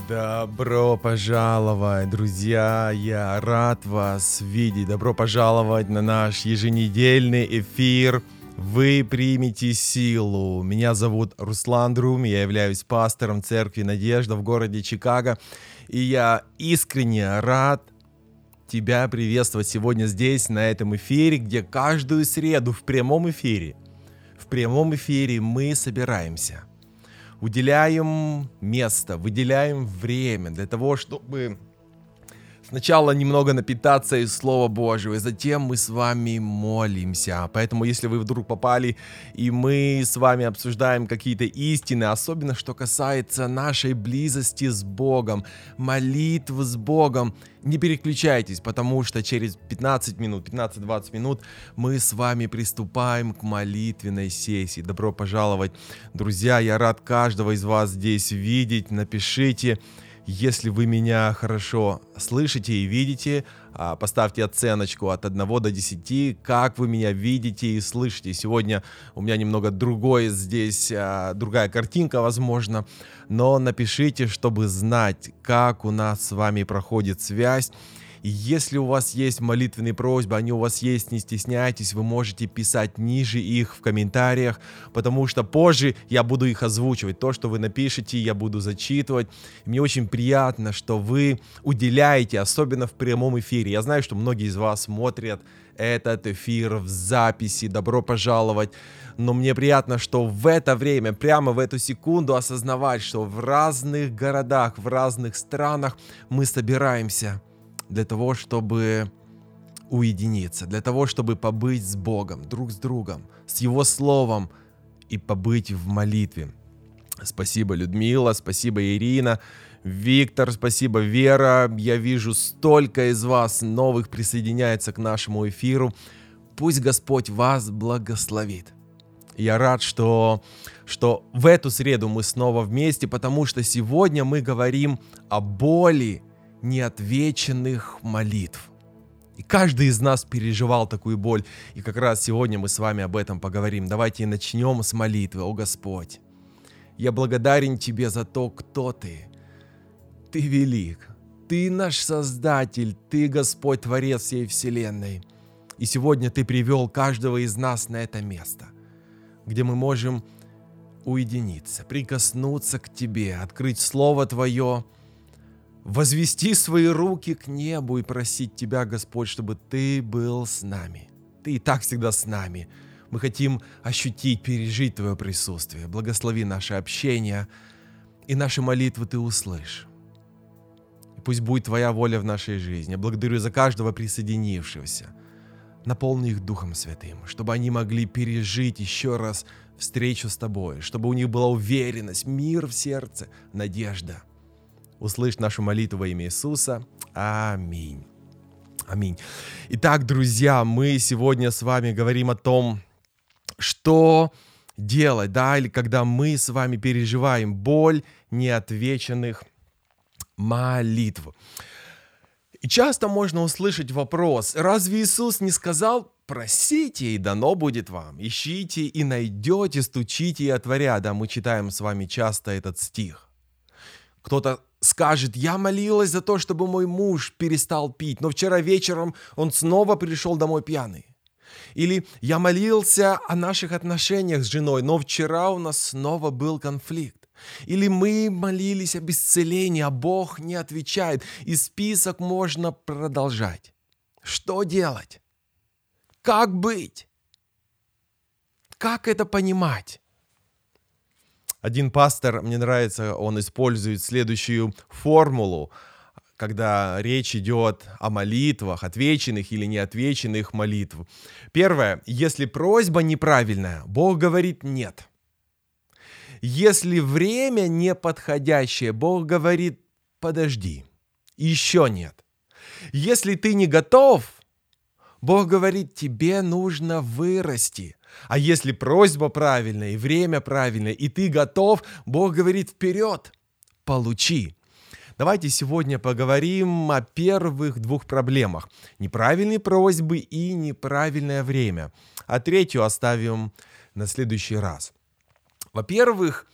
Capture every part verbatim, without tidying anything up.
Добро пожаловать, друзья! Я рад вас видеть. Добро пожаловать на наш еженедельный эфир. Вы примете силу. Меня зовут Руслан Друм, я являюсь пастором церкви «Надежда» в городе Чикаго. И я искренне рад тебя приветствовать сегодня здесь, на этом эфире, где каждую среду в прямом эфире, в прямом эфире мы собираемся. Уделяем место, выделяем время для того, чтобы сначала немного напитаться из Слова Божьего, и затем мы с вами молимся. Поэтому, если вы вдруг попали, и мы с вами обсуждаем какие-то истины, особенно что касается нашей близости с Богом, молитвы с Богом, не переключайтесь, потому что через пятнадцать минут, пятнадцать-двадцать минут мы с вами приступаем к молитвенной сессии. Добро пожаловать, друзья, я рад каждого из вас здесь видеть. Напишите, если вы меня хорошо слышите и видите, поставьте оценочку от одного до десяти, как вы меня видите и слышите. Сегодня у меня немного другое здесь, другая картинка, возможно, но напишите, чтобы знать, как у нас с вами проходит связь. И если у вас есть молитвенные просьбы, они у вас есть, не стесняйтесь, вы можете писать ниже их в комментариях, потому что позже я буду их озвучивать. То, что вы напишете, я буду зачитывать. Мне очень приятно, что вы уделяете, особенно в прямом эфире. Я знаю, что многие из вас смотрят этот эфир в записи. Добро пожаловать. Но мне приятно, что в это время, прямо в эту секунду осознавать, что в разных городах, в разных странах мы собираемся для того, чтобы уединиться, для того, чтобы побыть с Богом, друг с другом, с Его Словом и побыть в молитве. Спасибо, Людмила, спасибо, Ирина, Виктор, спасибо, Вера. Я вижу, столько из вас новых присоединяется к нашему эфиру. Пусть Господь вас благословит. Я рад, что, что в эту среду мы снова вместе, потому что сегодня мы говорим о боли неотвеченных молитв. И каждый из нас переживал такую боль. И как раз сегодня мы с вами об этом поговорим. Давайте начнем с молитвы. О Господь, я благодарен Тебе за то, кто Ты. Ты велик. Ты наш Создатель. Ты, Господь, Творец всей вселенной. И сегодня Ты привел каждого из нас на это место, где мы можем уединиться, прикоснуться к Тебе, открыть Слово Твое, возвести свои руки к небу и просить Тебя, Господь, чтобы Ты был с нами. Ты и так всегда с нами. Мы хотим ощутить, пережить Твое присутствие. Благослови наше общение, и наши молитвы Ты услышь. И пусть будет Твоя воля в нашей жизни. Я благодарю за каждого присоединившегося. Наполни их Духом Святым, чтобы они могли пережить еще раз встречу с Тобой, чтобы у них была уверенность, мир в сердце, надежда. Услышь нашу молитву во имя Иисуса. Аминь. Аминь. Итак, друзья, мы сегодня с вами говорим о том, что делать, да, или когда мы с вами переживаем боль неотвеченных молитв. И часто можно услышать вопрос: разве Иисус не сказал: просите, и дано будет вам, ищите и найдете, стучите и отворят? Да, мы читаем с вами часто этот стих. Кто-то скажет: я молилась за то, чтобы мой муж перестал пить, но вчера вечером он снова пришел домой пьяный. Или я молился о наших отношениях с женой, но вчера у нас снова был конфликт. Или мы молились об исцелении, а Бог не отвечает. И список можно продолжать. Что делать? Как быть? Как это понимать? Один пастор, мне нравится, он использует следующую формулу, когда речь идет о молитвах, отвеченных или неотвеченных молитв. Первое: если просьба неправильная, Бог говорит нет. Если время неподходящее, Бог говорит: подожди, еще нет. Если ты не готов, Бог говорит: тебе нужно вырасти. А если просьба правильная и время правильное, и ты готов, Бог говорит: вперед, получи. Давайте сегодня поговорим о первых двух проблемах. Неправильные просьбы и неправильное время. А третью оставим на следующий раз. Во-первых,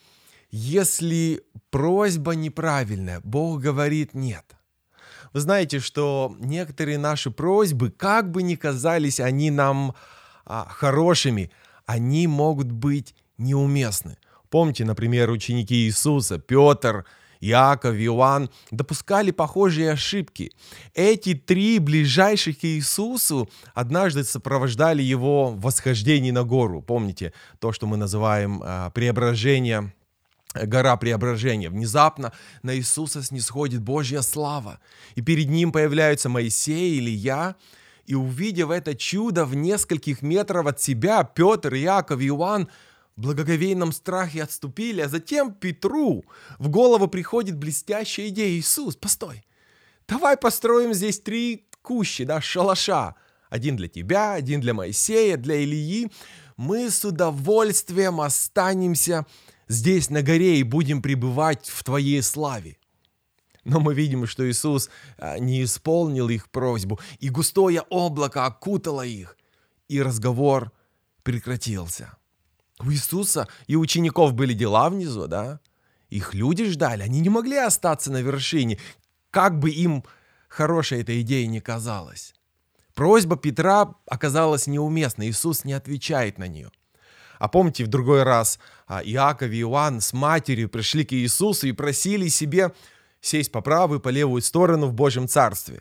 Если просьба неправильная, Бог говорит нет. Вы знаете, что некоторые наши просьбы, как бы ни казались они нам а, хорошими, они могут быть неуместны. Помните, например, ученики Иисуса, Петр, Иаков, Иоанн, допускали похожие ошибки. Эти три ближайших к Иисусу однажды сопровождали его в восхождении на гору. Помните, то, что мы называем а, преображение, гора преображения. Внезапно на Иисуса снисходит Божья слава, и перед ним появляются Моисей, Илия, и увидев это чудо в нескольких метрах от себя, Петр, Иаков и Иоанн в благоговейном страхе отступили, а затем Петру в голову приходит блестящая идея: Иисус, постой, давай построим здесь три кущи, да, шалаша. Один для тебя, один для Моисея, для Илии. Мы с удовольствием останемся здесь на горе и будем пребывать в Твоей славе. Но мы видим, что Иисус не исполнил их просьбу, и густое облако окутало их, и разговор прекратился. У Иисуса и учеников были дела внизу, да? Их люди ждали, они не могли остаться на вершине, как бы им хорошая эта идея ни казалась. Просьба Петра оказалась неуместной, Иисус не отвечает на нее. А помните, в другой раз Иаков и Иоанн с матерью пришли к Иисусу и просили себе сесть по правую и по левую сторону в Божьем Царстве.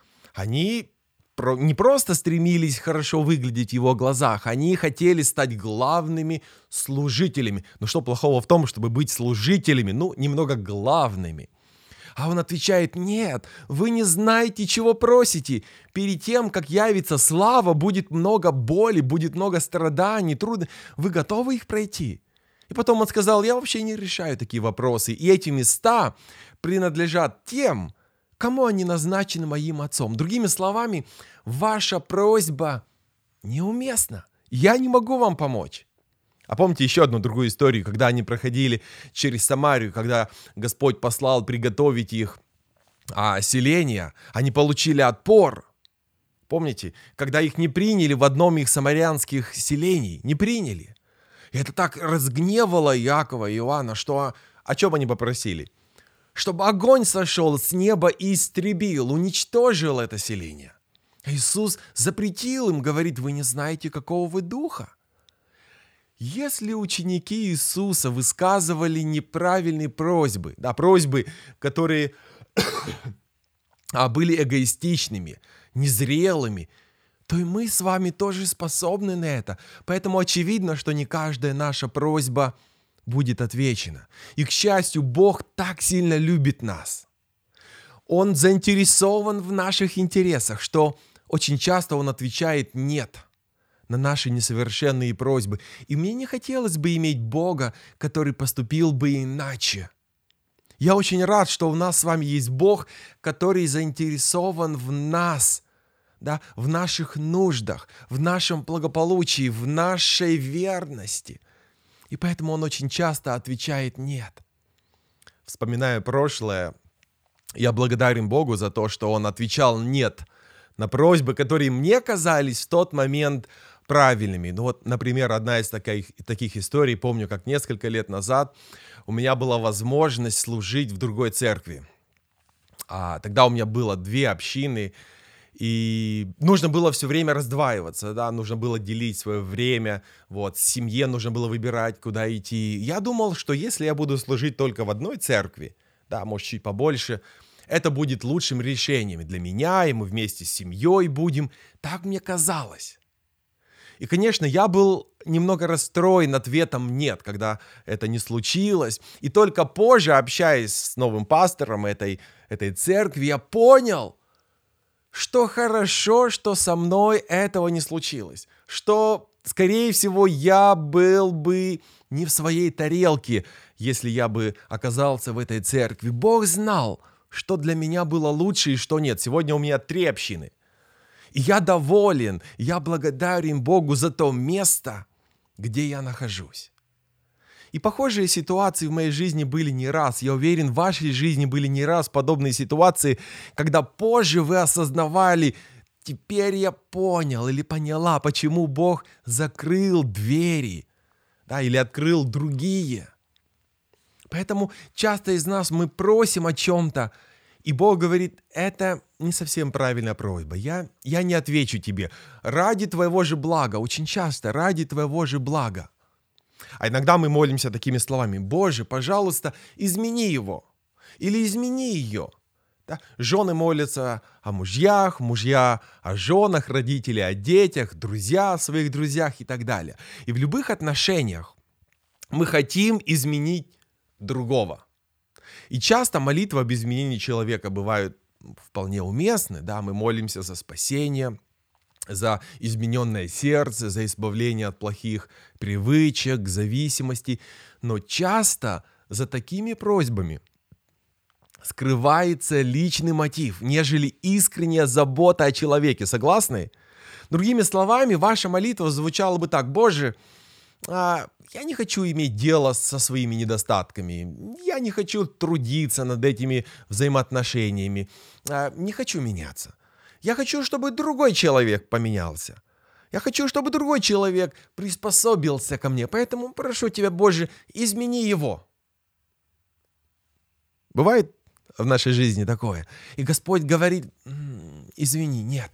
Они не просто стремились хорошо выглядеть в его глазах, они хотели стать главными служителями. Но что плохого в том, чтобы быть служителями, ну, немного главными? А он отвечает: нет, вы не знаете, чего просите. Перед тем, как явится слава, будет много боли, будет много страданий, трудностей. Вы готовы их пройти? И потом он сказал: я вообще не решаю такие вопросы. И эти места принадлежат тем, кому они назначены моим отцом. Другими словами, ваша просьба неуместна. Я не могу вам помочь. А помните еще одну другую историю, когда они проходили через Самарию, когда Господь послал приготовить их а, селение, они получили отпор. Помните, когда их не приняли в одном из самарянских селений, не приняли. И это так разгневало Иакова и Иоанна, что о чем они попросили? Чтобы огонь сошел с неба и истребил, уничтожил это селение. Иисус запретил им, говорит: вы не знаете, какого вы духа. Если ученики Иисуса высказывали неправильные просьбы, да, просьбы, которые были эгоистичными, незрелыми, то и мы с вами тоже способны на это. Поэтому очевидно, что не каждая наша просьба будет отвечена. И, к счастью, Бог так сильно любит нас. Он заинтересован в наших интересах, что очень часто Он отвечает «нет» на наши несовершенные просьбы. И мне не хотелось бы иметь Бога, который поступил бы иначе. Я очень рад, что у нас с вами есть Бог, который заинтересован в нас, да, в наших нуждах, в нашем благополучии, в нашей верности. И поэтому Он очень часто отвечает «нет». Вспоминая прошлое, я благодарен Богу за то, что Он отвечал «нет» на просьбы, которые мне казались в тот момент правильными. Ну вот, например, одна из таких, таких историй, помню, как несколько лет назад у меня была возможность служить в другой церкви. А, тогда у меня было две общины, и нужно было все время раздваиваться, да, нужно было делить свое время, вот, семье нужно было выбирать, куда идти. Я думал, что если я буду служить только в одной церкви, да, может, чуть побольше, это будет лучшим решением для меня, и мы вместе с семьей будем. Так мне казалось. И, конечно, я был немного расстроен ответом «нет», когда это не случилось. И только позже, общаясь с новым пастором этой, этой церкви, я понял, что хорошо, что со мной этого не случилось. Что, скорее всего, я был бы не в своей тарелке, если я бы оказался в этой церкви. Бог знал, что для меня было лучше и что нет. Сегодня у меня три общины. И я доволен, я благодарен Богу за то место, где я нахожусь. И похожие ситуации в моей жизни были не раз. Я уверен, в вашей жизни были не раз подобные ситуации, когда позже вы осознавали: теперь я понял или поняла, почему Бог закрыл двери, да, или открыл другие. Поэтому часто из нас мы просим о чем-то, и Бог говорит, это не совсем правильная просьба. Я, я не отвечу тебе. Ради твоего же блага, очень часто ради твоего же блага. А иногда мы молимся такими словами. Боже, пожалуйста, измени его. Или измени ее. Да? Жены молятся о мужьях, мужья о женах, родители о детях, друзья о своих друзьях и так далее. И в любых отношениях мы хотим изменить другого. И часто молитва об изменении человека бывают вполне уместны. Да? Мы молимся за спасение, за измененное сердце, за избавление от плохих привычек, зависимостей. Но часто за такими просьбами скрывается личный мотив, нежели искренняя забота о человеке. Согласны? Другими словами, ваша молитва звучала бы так. Боже, а, я не хочу иметь дело со своими недостатками. Я не хочу трудиться над этими взаимоотношениями. А, не хочу меняться. Я хочу, чтобы другой человек поменялся. Я хочу, чтобы другой человек приспособился ко мне. Поэтому прошу тебя, Боже, измени его. Бывает в нашей жизни такое. И Господь говорит, извини, нет.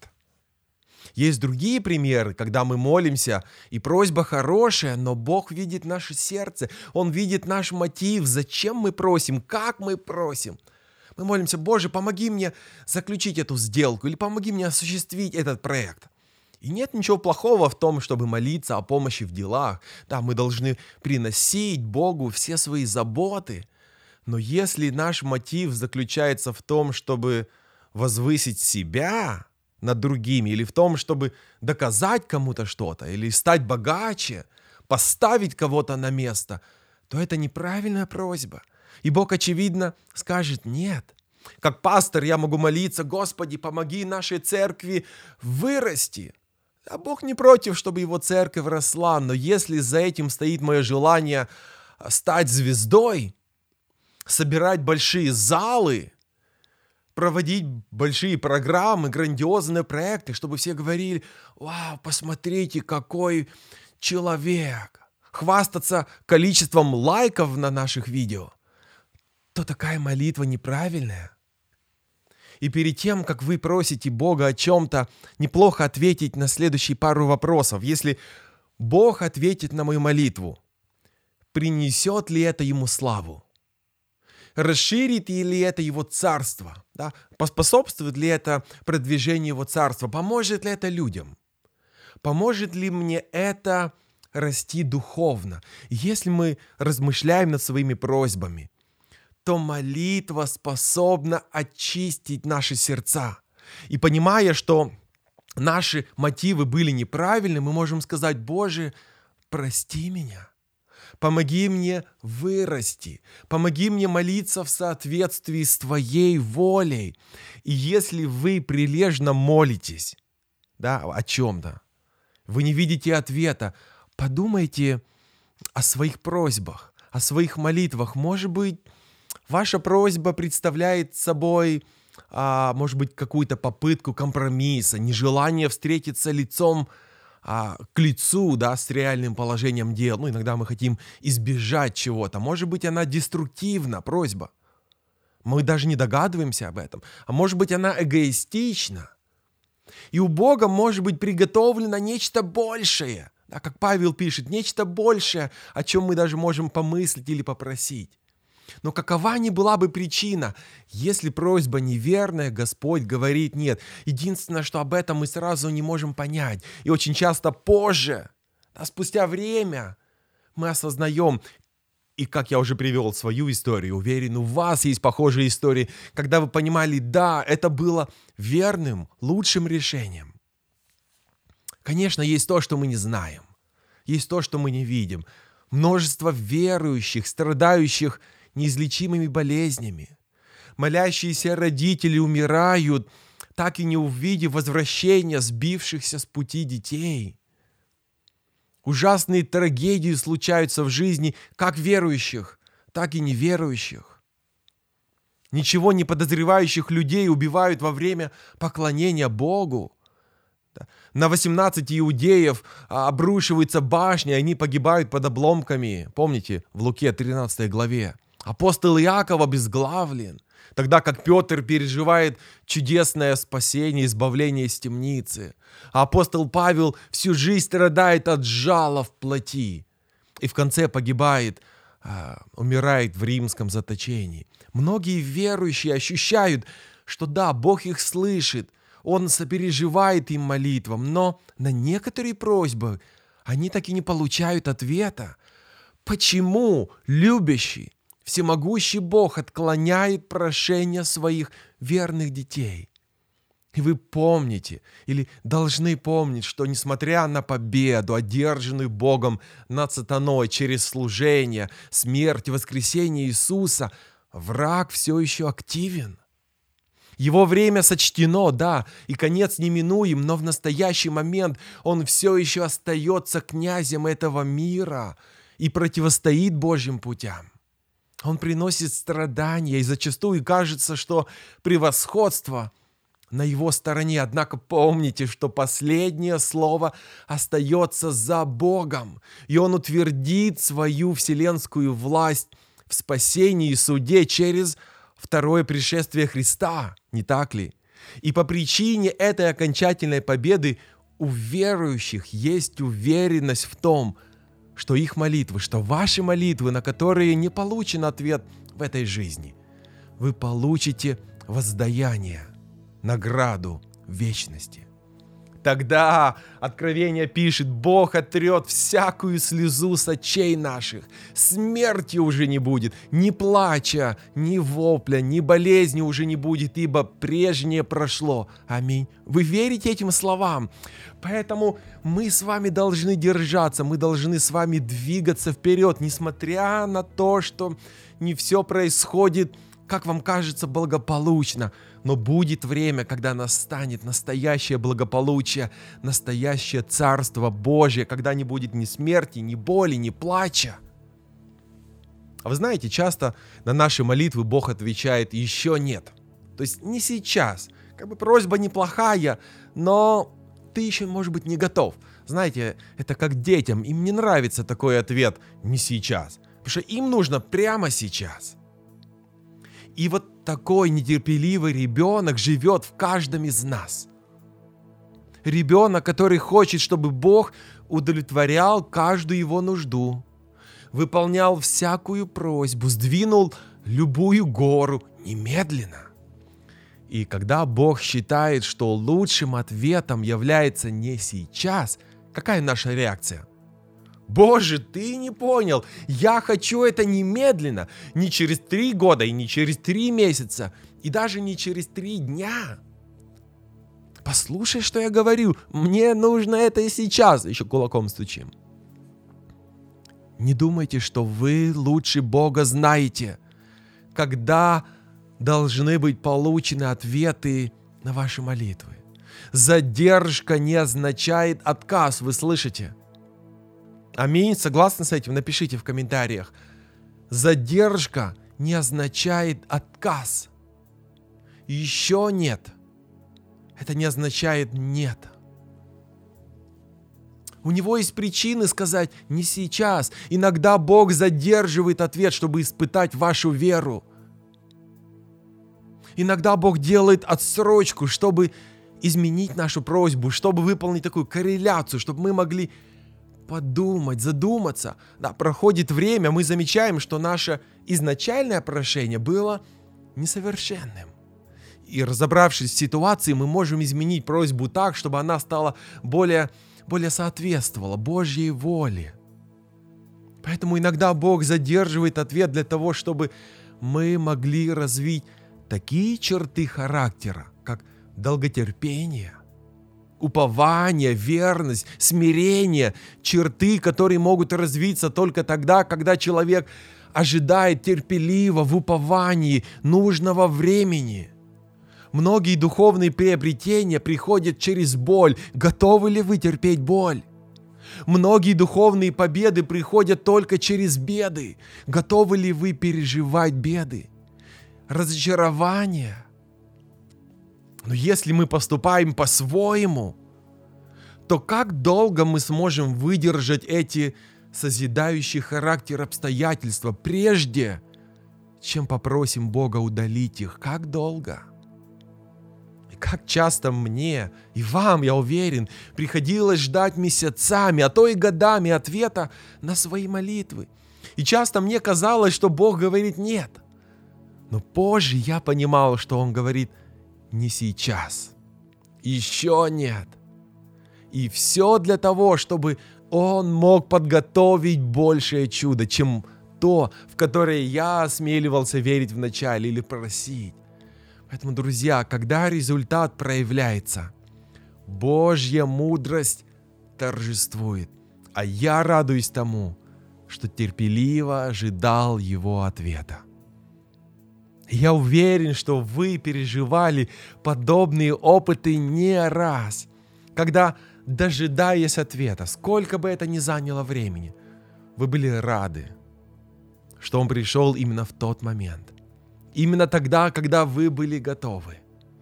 Есть другие примеры, когда мы молимся, и просьба хорошая, но Бог видит наше сердце. Он видит наш мотив, зачем мы просим, как мы просим. Мы молимся, Боже, помоги мне заключить эту сделку, или помоги мне осуществить этот проект. И нет ничего плохого в том, чтобы молиться о помощи в делах. Да, мы должны приносить Богу все свои заботы. Но если наш мотив заключается в том, чтобы возвысить себя над другими, или в том, чтобы доказать кому-то что-то, или стать богаче, поставить кого-то на место, то это неправильная просьба. И Бог, очевидно, скажет нет. Как пастор я могу молиться, Господи, помоги нашей церкви вырасти. А Бог не против, чтобы его церковь росла, но если за этим стоит мое желание стать звездой, собирать большие залы, проводить большие программы, грандиозные проекты, чтобы все говорили, вау, посмотрите, какой человек, хвастаться количеством лайков на наших видео, то такая молитва неправильная. И перед тем, как вы просите Бога о чем-то, неплохо ответить на следующие пару вопросов. Если Бог ответит на мою молитву, принесет ли это Ему славу? Расширит ли это Его царство? Да? Поспособствует ли это продвижению Его царства? Поможет ли это людям? Поможет ли мне это расти духовно? Если мы размышляем над своими просьбами, то молитва способна очистить наши сердца. И понимая, что наши мотивы были неправильны, мы можем сказать, Боже, прости меня. Помоги мне вырасти, помоги мне молиться в соответствии с Твоей волей. И если вы прилежно молитесь, да, о чем-то, вы не видите ответа, подумайте о своих просьбах, о своих молитвах. Может быть, ваша просьба представляет собой, а, может быть, какую-то попытку компромисса, нежелание встретиться лицом А, к лицу, да, с реальным положением дел. Ну, иногда мы хотим избежать чего-то. Может быть, она деструктивна, просьба. Мы даже не догадываемся об этом. А может быть, она эгоистична. И у Бога может быть приготовлено нечто большее. Да, как Павел пишет, нечто большее, о чем мы даже можем помыслить или попросить. Но какова ни была бы причина, если просьба неверная, Господь говорит нет. Единственное, что об этом мы сразу не можем понять. И очень часто позже, да, спустя время, мы осознаем, и как я уже привел свою историю, уверен, у вас есть похожие истории, когда вы понимали, да, это было верным, лучшим решением. Конечно, есть то, что мы не знаем. Есть то, что мы не видим. Множество верующих, страдающих неизлечимыми болезнями. Молящиеся родители умирают, так и не увидев возвращения сбившихся с пути детей. Ужасные трагедии случаются в жизни как верующих, так и неверующих. Ничего не подозревающих людей убивают во время поклонения Богу. На восемнадцать иудеев обрушивается башня, и они погибают под обломками. Помните, в Луке тринадцатой главе. Апостол Иаков обезглавлен, тогда как Петр переживает чудесное спасение, избавление из темницы. А апостол Павел всю жизнь страдает от жала в плоти и в конце погибает, умирает в римском заточении. Многие верующие ощущают, что да, Бог их слышит, Он сопереживает им молитвам, но на некоторые просьбы они так и не получают ответа. Почему любящий, всемогущий Бог отклоняет прошения своих верных детей? И вы помните, или должны помнить, что несмотря на победу, одержанную Богом над сатаной через служение, смерть и воскресение Иисуса, враг все еще активен. Его время сочтено, да, и конец неминуем, но в настоящий момент он все еще остается князем этого мира и противостоит Божьим путям. Он приносит страдания, и зачастую кажется, что превосходство на его стороне. Однако помните, что последнее слово остается за Богом, и Он утвердит свою вселенскую власть в спасении и суде через второе пришествие Христа, не так ли? И по причине этой окончательной победы у верующих есть уверенность в том, что их молитвы, что ваши молитвы, на которые не получен ответ в этой жизни, вы получите воздаяние, награду вечности. Тогда Откровение пишет: Бог отрет всякую слезу с очей наших. Смерти уже не будет, ни плача, ни вопля, ни болезни уже не будет, ибо прежнее прошло. Аминь. Вы верите этим словам? Поэтому мы с вами должны держаться, мы должны с вами двигаться вперед, несмотря на то, что не все происходит, как вам кажется, благополучно. Но будет время, когда настанет настоящее благополучие, настоящее Царство Божье, когда не будет ни смерти, ни боли, ни плача. А вы знаете, часто на наши молитвы Бог отвечает: еще нет. То есть не сейчас. Как бы просьба неплохая, но ты еще, может быть, не готов. Знаете, это как детям. Им не нравится такой ответ «не сейчас». Потому что им нужно прямо сейчас. И вот такой нетерпеливый ребенок живет в каждом из нас. Ребенок, который хочет, чтобы Бог удовлетворял каждую его нужду, выполнял всякую просьбу, сдвинул любую гору немедленно. И когда Бог считает, что лучшим ответом является не сейчас, какая наша реакция? Боже, ты не понял, я хочу это немедленно, не через три года и не через три месяца, и даже не через три дня. Послушай, что я говорю, мне нужно это и сейчас, еще кулаком стучим. Не думайте, что вы лучше Бога знаете, когда должны быть получены ответы на ваши молитвы. Задержка не означает отказ, вы слышите? Аминь. Согласны с этим? Напишите в комментариях. Задержка не означает отказ. Еще нет. Это не означает нет. У него есть причины сказать не сейчас. Иногда Бог задерживает ответ, чтобы испытать вашу веру. Иногда Бог делает отсрочку, чтобы изменить нашу просьбу, чтобы выполнить такую корреляцию, чтобы мы могли подумать, задуматься. Да, проходит время, мы замечаем, что наше изначальное прошение было несовершенным. И разобравшись в ситуации, мы можем изменить просьбу так, чтобы она стала более, более соответствовала Божьей воле. Поэтому иногда Бог задерживает ответ для того, чтобы мы могли развить такие черты характера, как долготерпение, упование, верность, смирение, черты, которые могут развиться только тогда, когда человек ожидает терпеливо в уповании нужного времени. Многие духовные приобретения приходят через боль. Готовы ли вы терпеть боль? Многие духовные победы приходят только через беды. Готовы ли вы переживать беды? Разочарование. Но если мы поступаем по-своему, то как долго мы сможем выдержать эти созидающие характер обстоятельства, прежде чем попросим Бога удалить их. Как долго? И как часто мне и вам, я уверен, приходилось ждать месяцами, а то и годами ответа на свои молитвы. И часто мне казалось, что Бог говорит «нет». Но позже я понимал, что Он говорит «не сейчас». Еще нет. И все для того, чтобы Он мог подготовить большее чудо, чем то, в которое я осмеливался верить вначале или просить. Поэтому, друзья, когда результат проявляется, Божья мудрость торжествует, а я радуюсь тому, что терпеливо ожидал Его ответа. Я уверен, что вы переживали подобные опыты не раз, когда, дожидаясь ответа, сколько бы это ни заняло времени, вы были рады, что он пришел именно в тот момент, именно тогда, когда вы были готовы.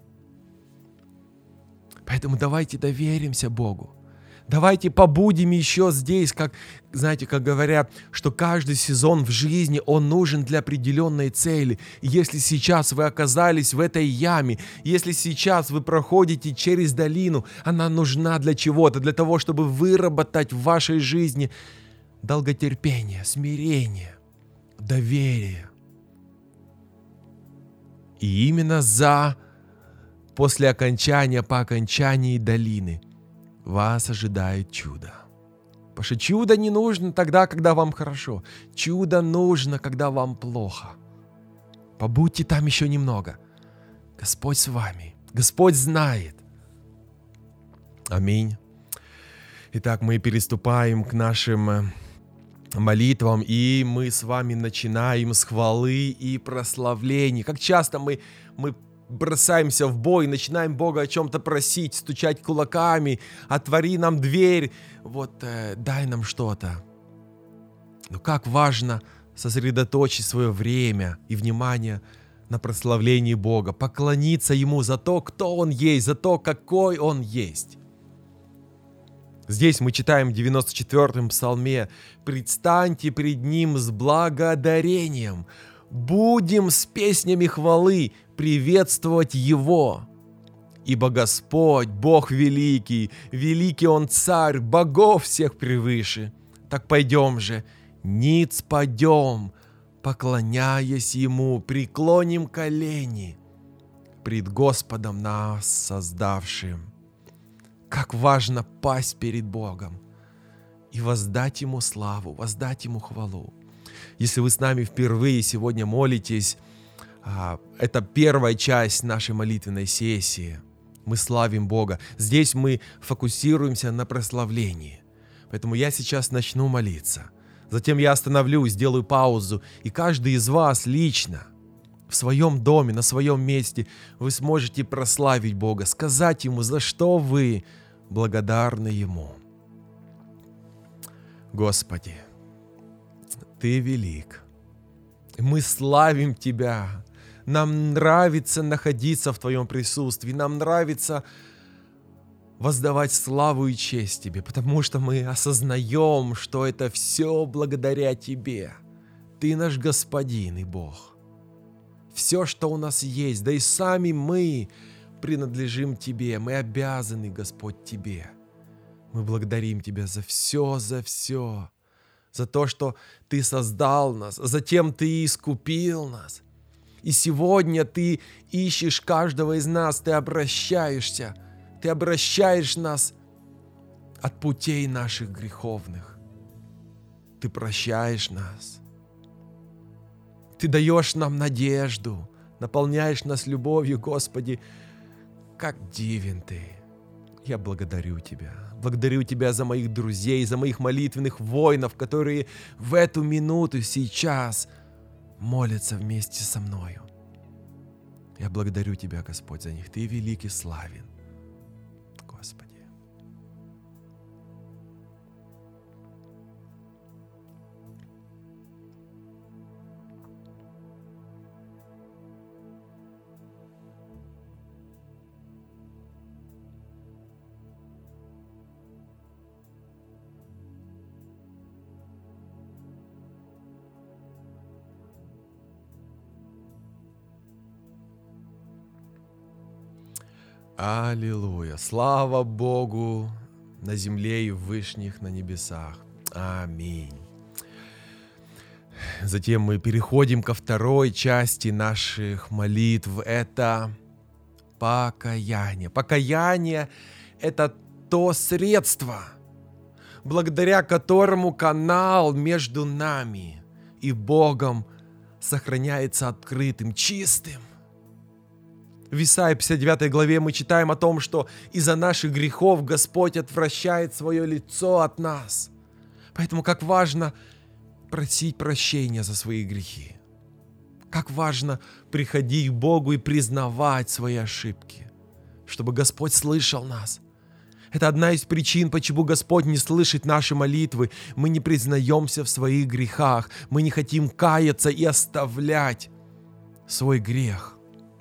Поэтому давайте доверимся Богу. Давайте побудем еще здесь, как, знаете, как говорят, что каждый сезон в жизни, он нужен для определенной цели. И если сейчас вы оказались в этой яме, если сейчас вы проходите через долину, она нужна для чего-то, для того, чтобы выработать в вашей жизни долготерпение, смирение, доверие. И именно за, после окончания, по окончании долины, вас ожидает чудо. Потому что чудо не нужно тогда, когда вам хорошо. Чудо нужно, когда вам плохо. Побудьте там еще немного. Господь с вами. Господь знает. Аминь. Итак, мы переступаем к нашим молитвам, и мы с вами начинаем с хвалы и прославлений. Как часто мы, мы бросаемся в бой, начинаем Бога о чем-то просить, стучать кулаками, отвори нам дверь, вот э, дай нам что-то. Но как важно сосредоточить свое время и внимание на прославлении Бога, поклониться Ему за то, кто Он есть, за то, какой Он есть. Здесь мы читаем в девяносто четвёртом псалме: «Предстаньте пред Ним с благодарением, будем с песнями хвалы приветствовать Его. Ибо Господь, Бог великий, великий Он Царь, богов всех превыше. Так пойдем же, ниц падем, поклоняясь Ему, преклоним колени пред Господом нас создавшим». Как важно пасть перед Богом и воздать Ему славу, воздать Ему хвалу. Если вы с нами впервые сегодня молитесь, это первая часть нашей молитвенной сессии. Мы славим Бога. Здесь мы фокусируемся на прославлении. Поэтому я сейчас начну молиться. Затем я остановлюсь, сделаю паузу, и каждый из вас лично, в своем доме, на своем месте, вы сможете прославить Бога, сказать Ему, за что вы благодарны Ему. Господи, Ты велик. Мы славим Тебя. Нам нравится находиться в Твоем присутствии. Нам нравится воздавать славу и честь Тебе, потому что мы осознаем, что это все благодаря Тебе. Ты наш Господин и Бог. Все, что у нас есть, да и сами мы принадлежим Тебе. Мы обязаны, Господь, Тебе. Мы благодарим Тебя за все, за все. За то, что Ты создал нас, затем Ты искупил нас. И сегодня Ты ищешь каждого из нас, Ты обращаешься, Ты обращаешь нас от путей наших греховных. Ты прощаешь нас. Ты даешь нам надежду, наполняешь нас любовью, Господи. Как дивен Ты. Я благодарю Тебя. Благодарю Тебя за моих друзей, за моих молитвенных воинов, которые в эту минуту сейчас молятся вместе со мною. Я благодарю Тебя, Господь, за них. Ты велик и славен, Господи. Аллилуйя. Слава Богу на земле и в вышних на небесах. Аминь. Затем мы переходим ко второй части наших молитв. Это покаяние. Покаяние – это то средство, благодаря которому канал между нами и Богом сохраняется открытым, чистым. В Исаии пятьдесят девятой главе мы читаем о том, что из-за наших грехов Господь отвращает свое лицо от нас. Поэтому как важно просить прощения за свои грехи. Как важно приходить к Богу и признавать свои ошибки, чтобы Господь слышал нас. Это одна из причин, почему Господь не слышит наши молитвы. Мы не признаемся в своих грехах. Мы не хотим каяться и оставлять свой грех.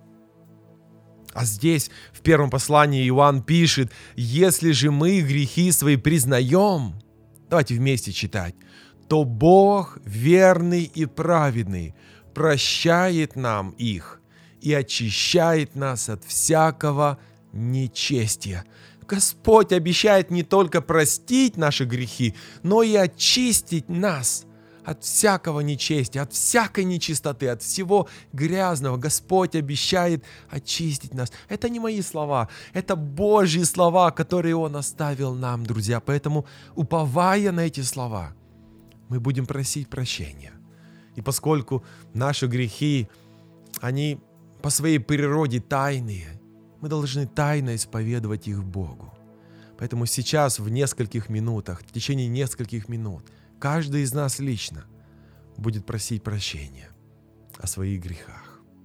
А здесь, в первом послании, Иоанн пишет: если же мы грехи свои признаем, давайте вместе читать, то Бог верный и праведный прощает нам их и очищает нас от всякого нечестия. Господь обещает не только простить наши грехи, но и очистить нас от всякого нечестия, от всякой нечистоты, от всего грязного. Господь обещает очистить нас. Это не мои слова, это Божьи слова, которые Он оставил нам, друзья. Поэтому, уповая на эти слова, мы будем просить прощения. И поскольку наши грехи, они по своей природе тайные, мы должны тайно исповедовать их Богу. Поэтому сейчас в нескольких минутах, в течение нескольких минут, каждый из нас лично будет просить прощения о своих грехах.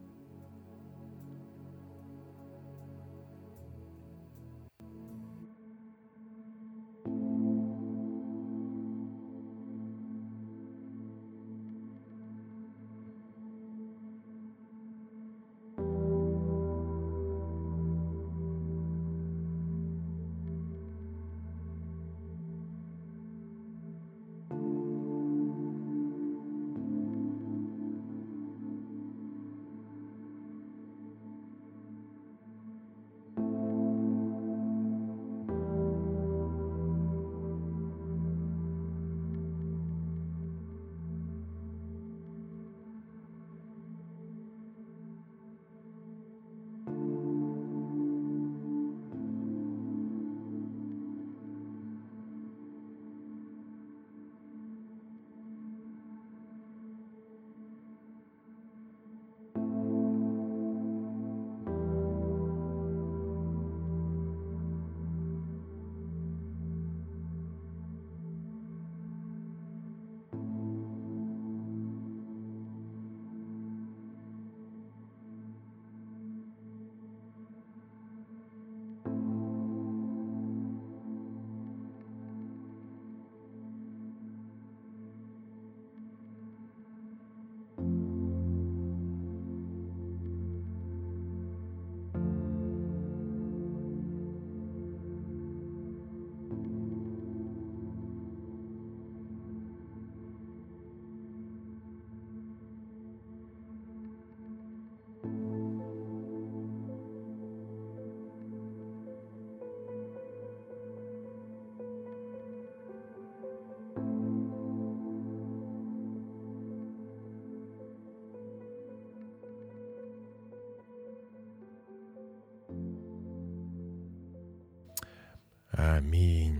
Аминь.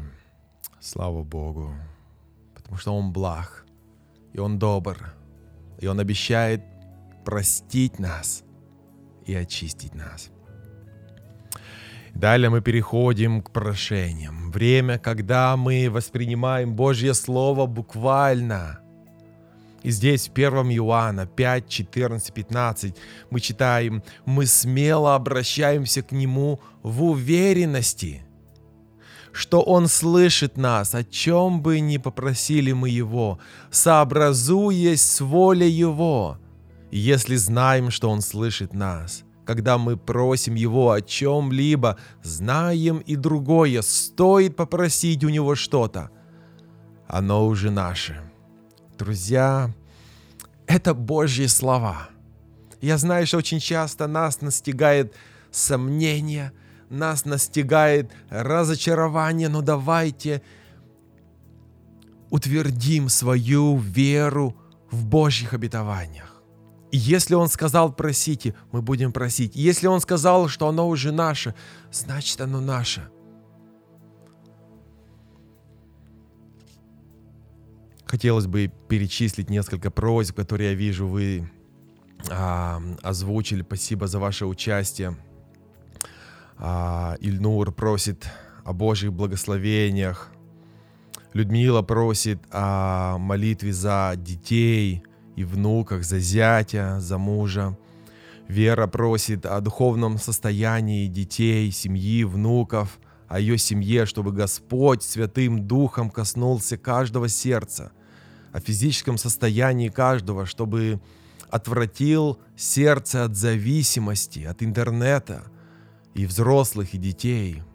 Слава Богу. Потому что Он благ, и Он добр, и Он обещает простить нас и очистить нас. Далее мы переходим к прошениям. Время, когда мы воспринимаем Божье Слово буквально. И здесь в первом Иоанна пять, четырнадцать, пятнадцать мы читаем: мы смело обращаемся к Нему в уверенности, что Он слышит нас, о чем бы ни попросили мы Его, сообразуясь с волей Его. И если знаем, что Он слышит нас, когда мы просим Его о чем-либо, знаем и другое: стоит попросить у Него что-то, оно уже наше. Друзья, это Божьи слова. Я знаю, что очень часто нас настигает сомнение, нас настигает разочарование, но давайте утвердим свою веру в Божьих обетованиях. И если Он сказал «просите», мы будем просить. Если Он сказал, что оно уже наше, значит оно наше. Хотелось бы перечислить несколько просьб, которые я вижу, вы а, озвучили. Спасибо за ваше участие. А, Ильнур просит о Божьих благословениях. Людмила просит о молитве за детей и внуках, за зятя, за мужа. Вера просит о духовном состоянии детей, семьи, внуков, о ее семье, чтобы Господь Святым Духом коснулся каждого сердца, о физическом состоянии каждого, чтобы отвратил сердце от зависимости, от интернета и взрослых, и детей.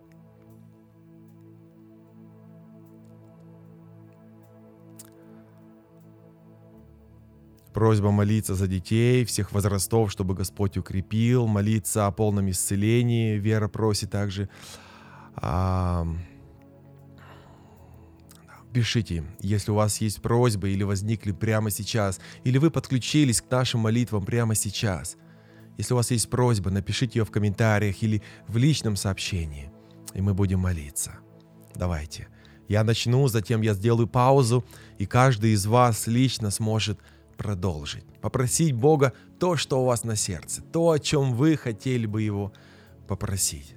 Просьба молиться за детей всех возрастов, чтобы Господь укрепил, молиться о полном исцелении. Вера просит также. А, пишите, если у вас есть просьбы или возникли прямо сейчас, или вы подключились к нашим молитвам прямо сейчас. Если у вас есть просьба, напишите ее в комментариях или в личном сообщении, и мы будем молиться. Давайте. Я начну, затем я сделаю паузу, и каждый из вас лично сможет продолжить. Попросить Бога то, что у вас на сердце, то, о чем вы хотели бы Его попросить.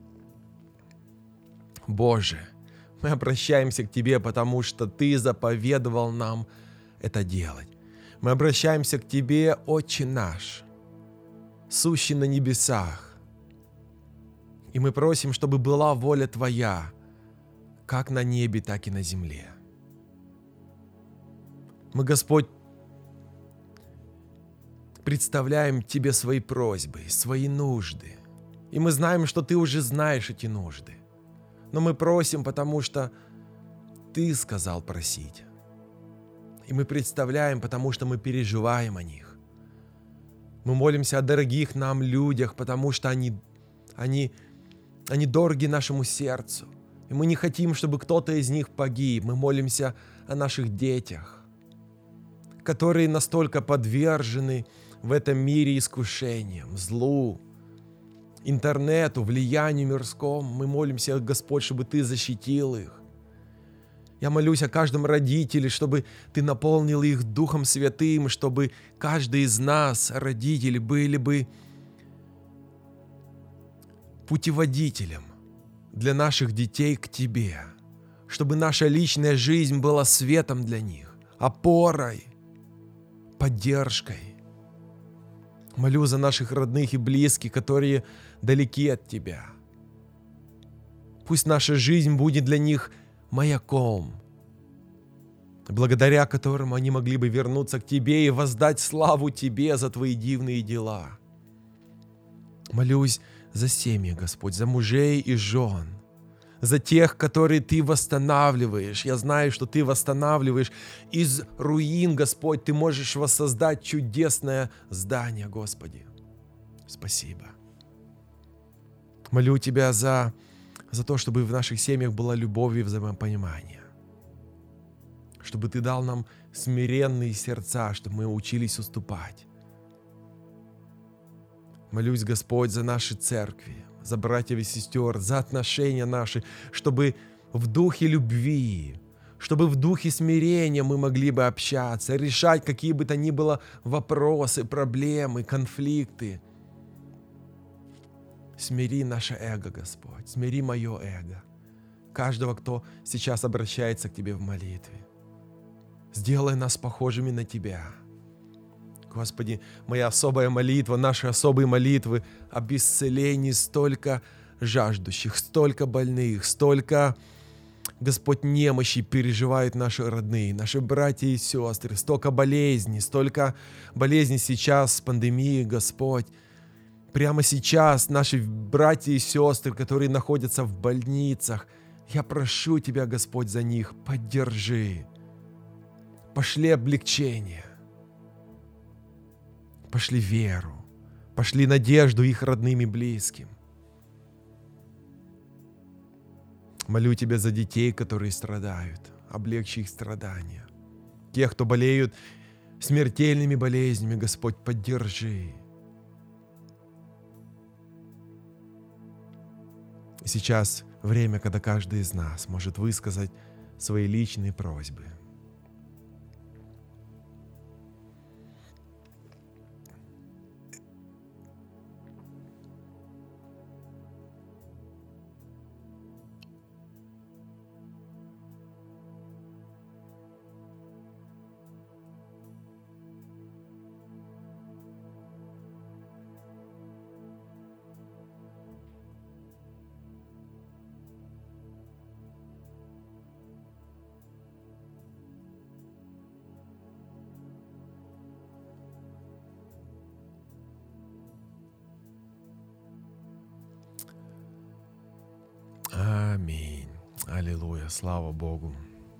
Боже, мы обращаемся к Тебе, потому что Ты заповедовал нам это делать. Мы обращаемся к Тебе, Отче наш, сущий на небесах. И мы просим, чтобы была воля Твоя, как на небе, так и на земле. Мы, Господь, представляем Тебе свои просьбы, свои нужды. И мы знаем, что Ты уже знаешь эти нужды. Но мы просим, потому что Ты сказал просить. И мы представляем, потому что мы переживаем о них. Мы молимся о дорогих нам людях, потому что они, они, они дороги нашему сердцу. И мы не хотим, чтобы кто-то из них погиб. Мы молимся о наших детях, которые настолько подвержены в этом мире искушениям, злу, интернету, влиянию мирскому. Мы молимся, Господь, чтобы Ты защитил их. Я молюсь о каждом родителе, чтобы Ты наполнил их Духом Святым, чтобы каждый из нас, родители, были бы путеводителем для наших детей к Тебе, чтобы наша личная жизнь была светом для них, опорой, поддержкой. Молю за наших родных и близких, которые далеки от Тебя. Пусть наша жизнь будет для них маяком, благодаря которому они могли бы вернуться к Тебе и воздать славу Тебе за Твои дивные дела. Молюсь за семьи, Господь, за мужей и жен, за тех, которые Ты восстанавливаешь. Я знаю, что Ты восстанавливаешь из руин, Господь. Ты можешь воссоздать чудесное здание, Господи. Спасибо. Молю Тебя за, за то, чтобы в наших семьях была любовь и взаимопонимание. Чтобы Ты дал нам смиренные сердца, чтобы мы учились уступать. Молюсь, Господь, за наши церкви, за братьев и сестер, за отношения наши, чтобы в духе любви, чтобы в духе смирения мы могли бы общаться, решать какие бы то ни было вопросы, проблемы, конфликты. Смири наше эго, Господь, смири мое эго, каждого, кто сейчас обращается к Тебе в молитве. Сделай нас похожими на Тебя. Господи, моя особая молитва, наши особые молитвы об исцелении столько жаждущих, столько больных, столько, Господь, немощи переживают наши родные, наши братья и сестры, столько болезней, столько болезней сейчас с пандемией, Господь. Прямо сейчас наши братья и сестры, которые находятся в больницах, я прошу Тебя, Господь, за них, поддержи, пошли облегчение. Пошли веру, пошли надежду их родным и близким. Молю Тебя за детей, которые страдают. Облегчи их страдания. Тех, кто болеют смертельными болезнями, Господь, поддержи. Сейчас время, когда каждый из нас может высказать свои личные просьбы. Аминь. Аллилуйя. Слава Богу.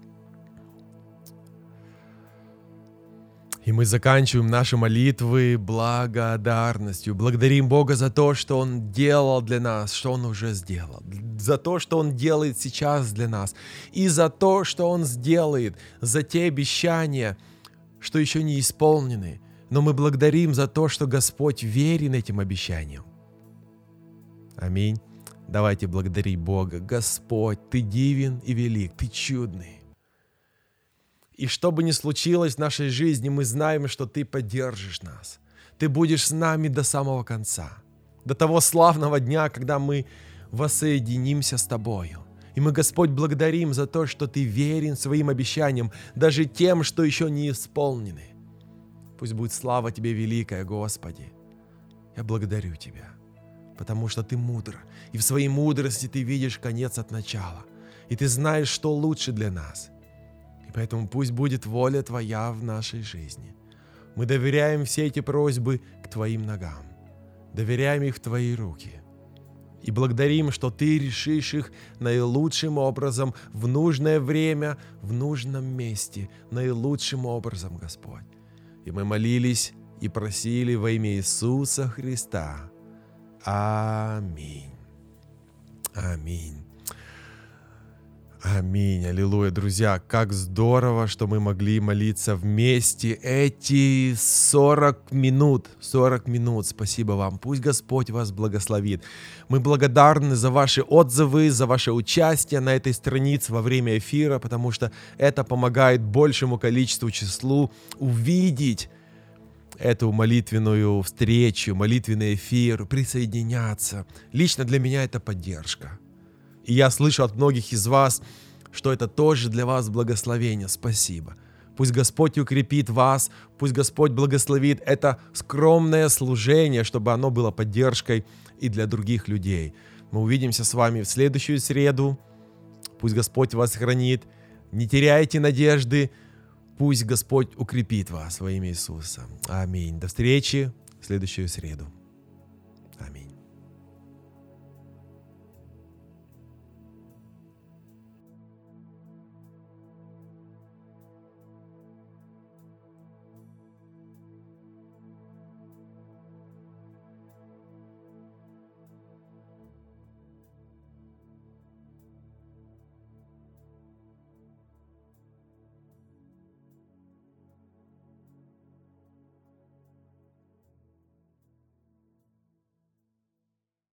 И мы заканчиваем наши молитвы благодарностью. Благодарим Бога за то, что Он делал для нас, что Он уже сделал. За то, что Он делает сейчас для нас. И за то, что Он сделает, за те обещания, что еще не исполнены. Но мы благодарим за то, что Господь верен этим обещаниям. Аминь. Давайте благодарить Бога. Господь, Ты дивен и велик, Ты чудный. И что бы ни случилось в нашей жизни, мы знаем, что Ты поддержишь нас. Ты будешь с нами до самого конца. До того славного дня, когда мы воссоединимся с Тобою. И мы, Господь, благодарим за то, что Ты верен своим обещаниям, даже тем, что еще не исполнены. Пусть будет слава Тебе великая, Господи. Я благодарю Тебя, потому что Ты мудр, и в своей мудрости Ты видишь конец от начала, и Ты знаешь, что лучше для нас. И поэтому пусть будет воля Твоя в нашей жизни. Мы доверяем все эти просьбы к Твоим ногам, доверяем их в Твои руки и благодарим, что Ты решишь их наилучшим образом, в нужное время, в нужном месте, наилучшим образом, Господь. И мы молились и просили во имя Иисуса Христа. Аминь. Аминь. Аминь. Аллилуйя. Друзья, как здорово, что мы могли молиться вместе эти сорок минут. сорок минут. Спасибо вам. Пусть Господь вас благословит. Мы благодарны за ваши отзывы, за ваше участие на этой странице во время эфира, потому что это помогает большему количеству числу увидеть эту молитвенную встречу, молитвенный эфир, присоединяться. Лично для меня это поддержка. И я слышу от многих из вас, что это тоже для вас благословение. Спасибо. Пусть Господь укрепит вас, пусть Господь благословит это скромное служение, чтобы оно было поддержкой и для других людей. Мы увидимся с вами в следующую среду. Пусть Господь вас хранит. Не теряйте надежды. Пусть Господь укрепит вас во имя Иисуса. Аминь. До встречи в следующую среду.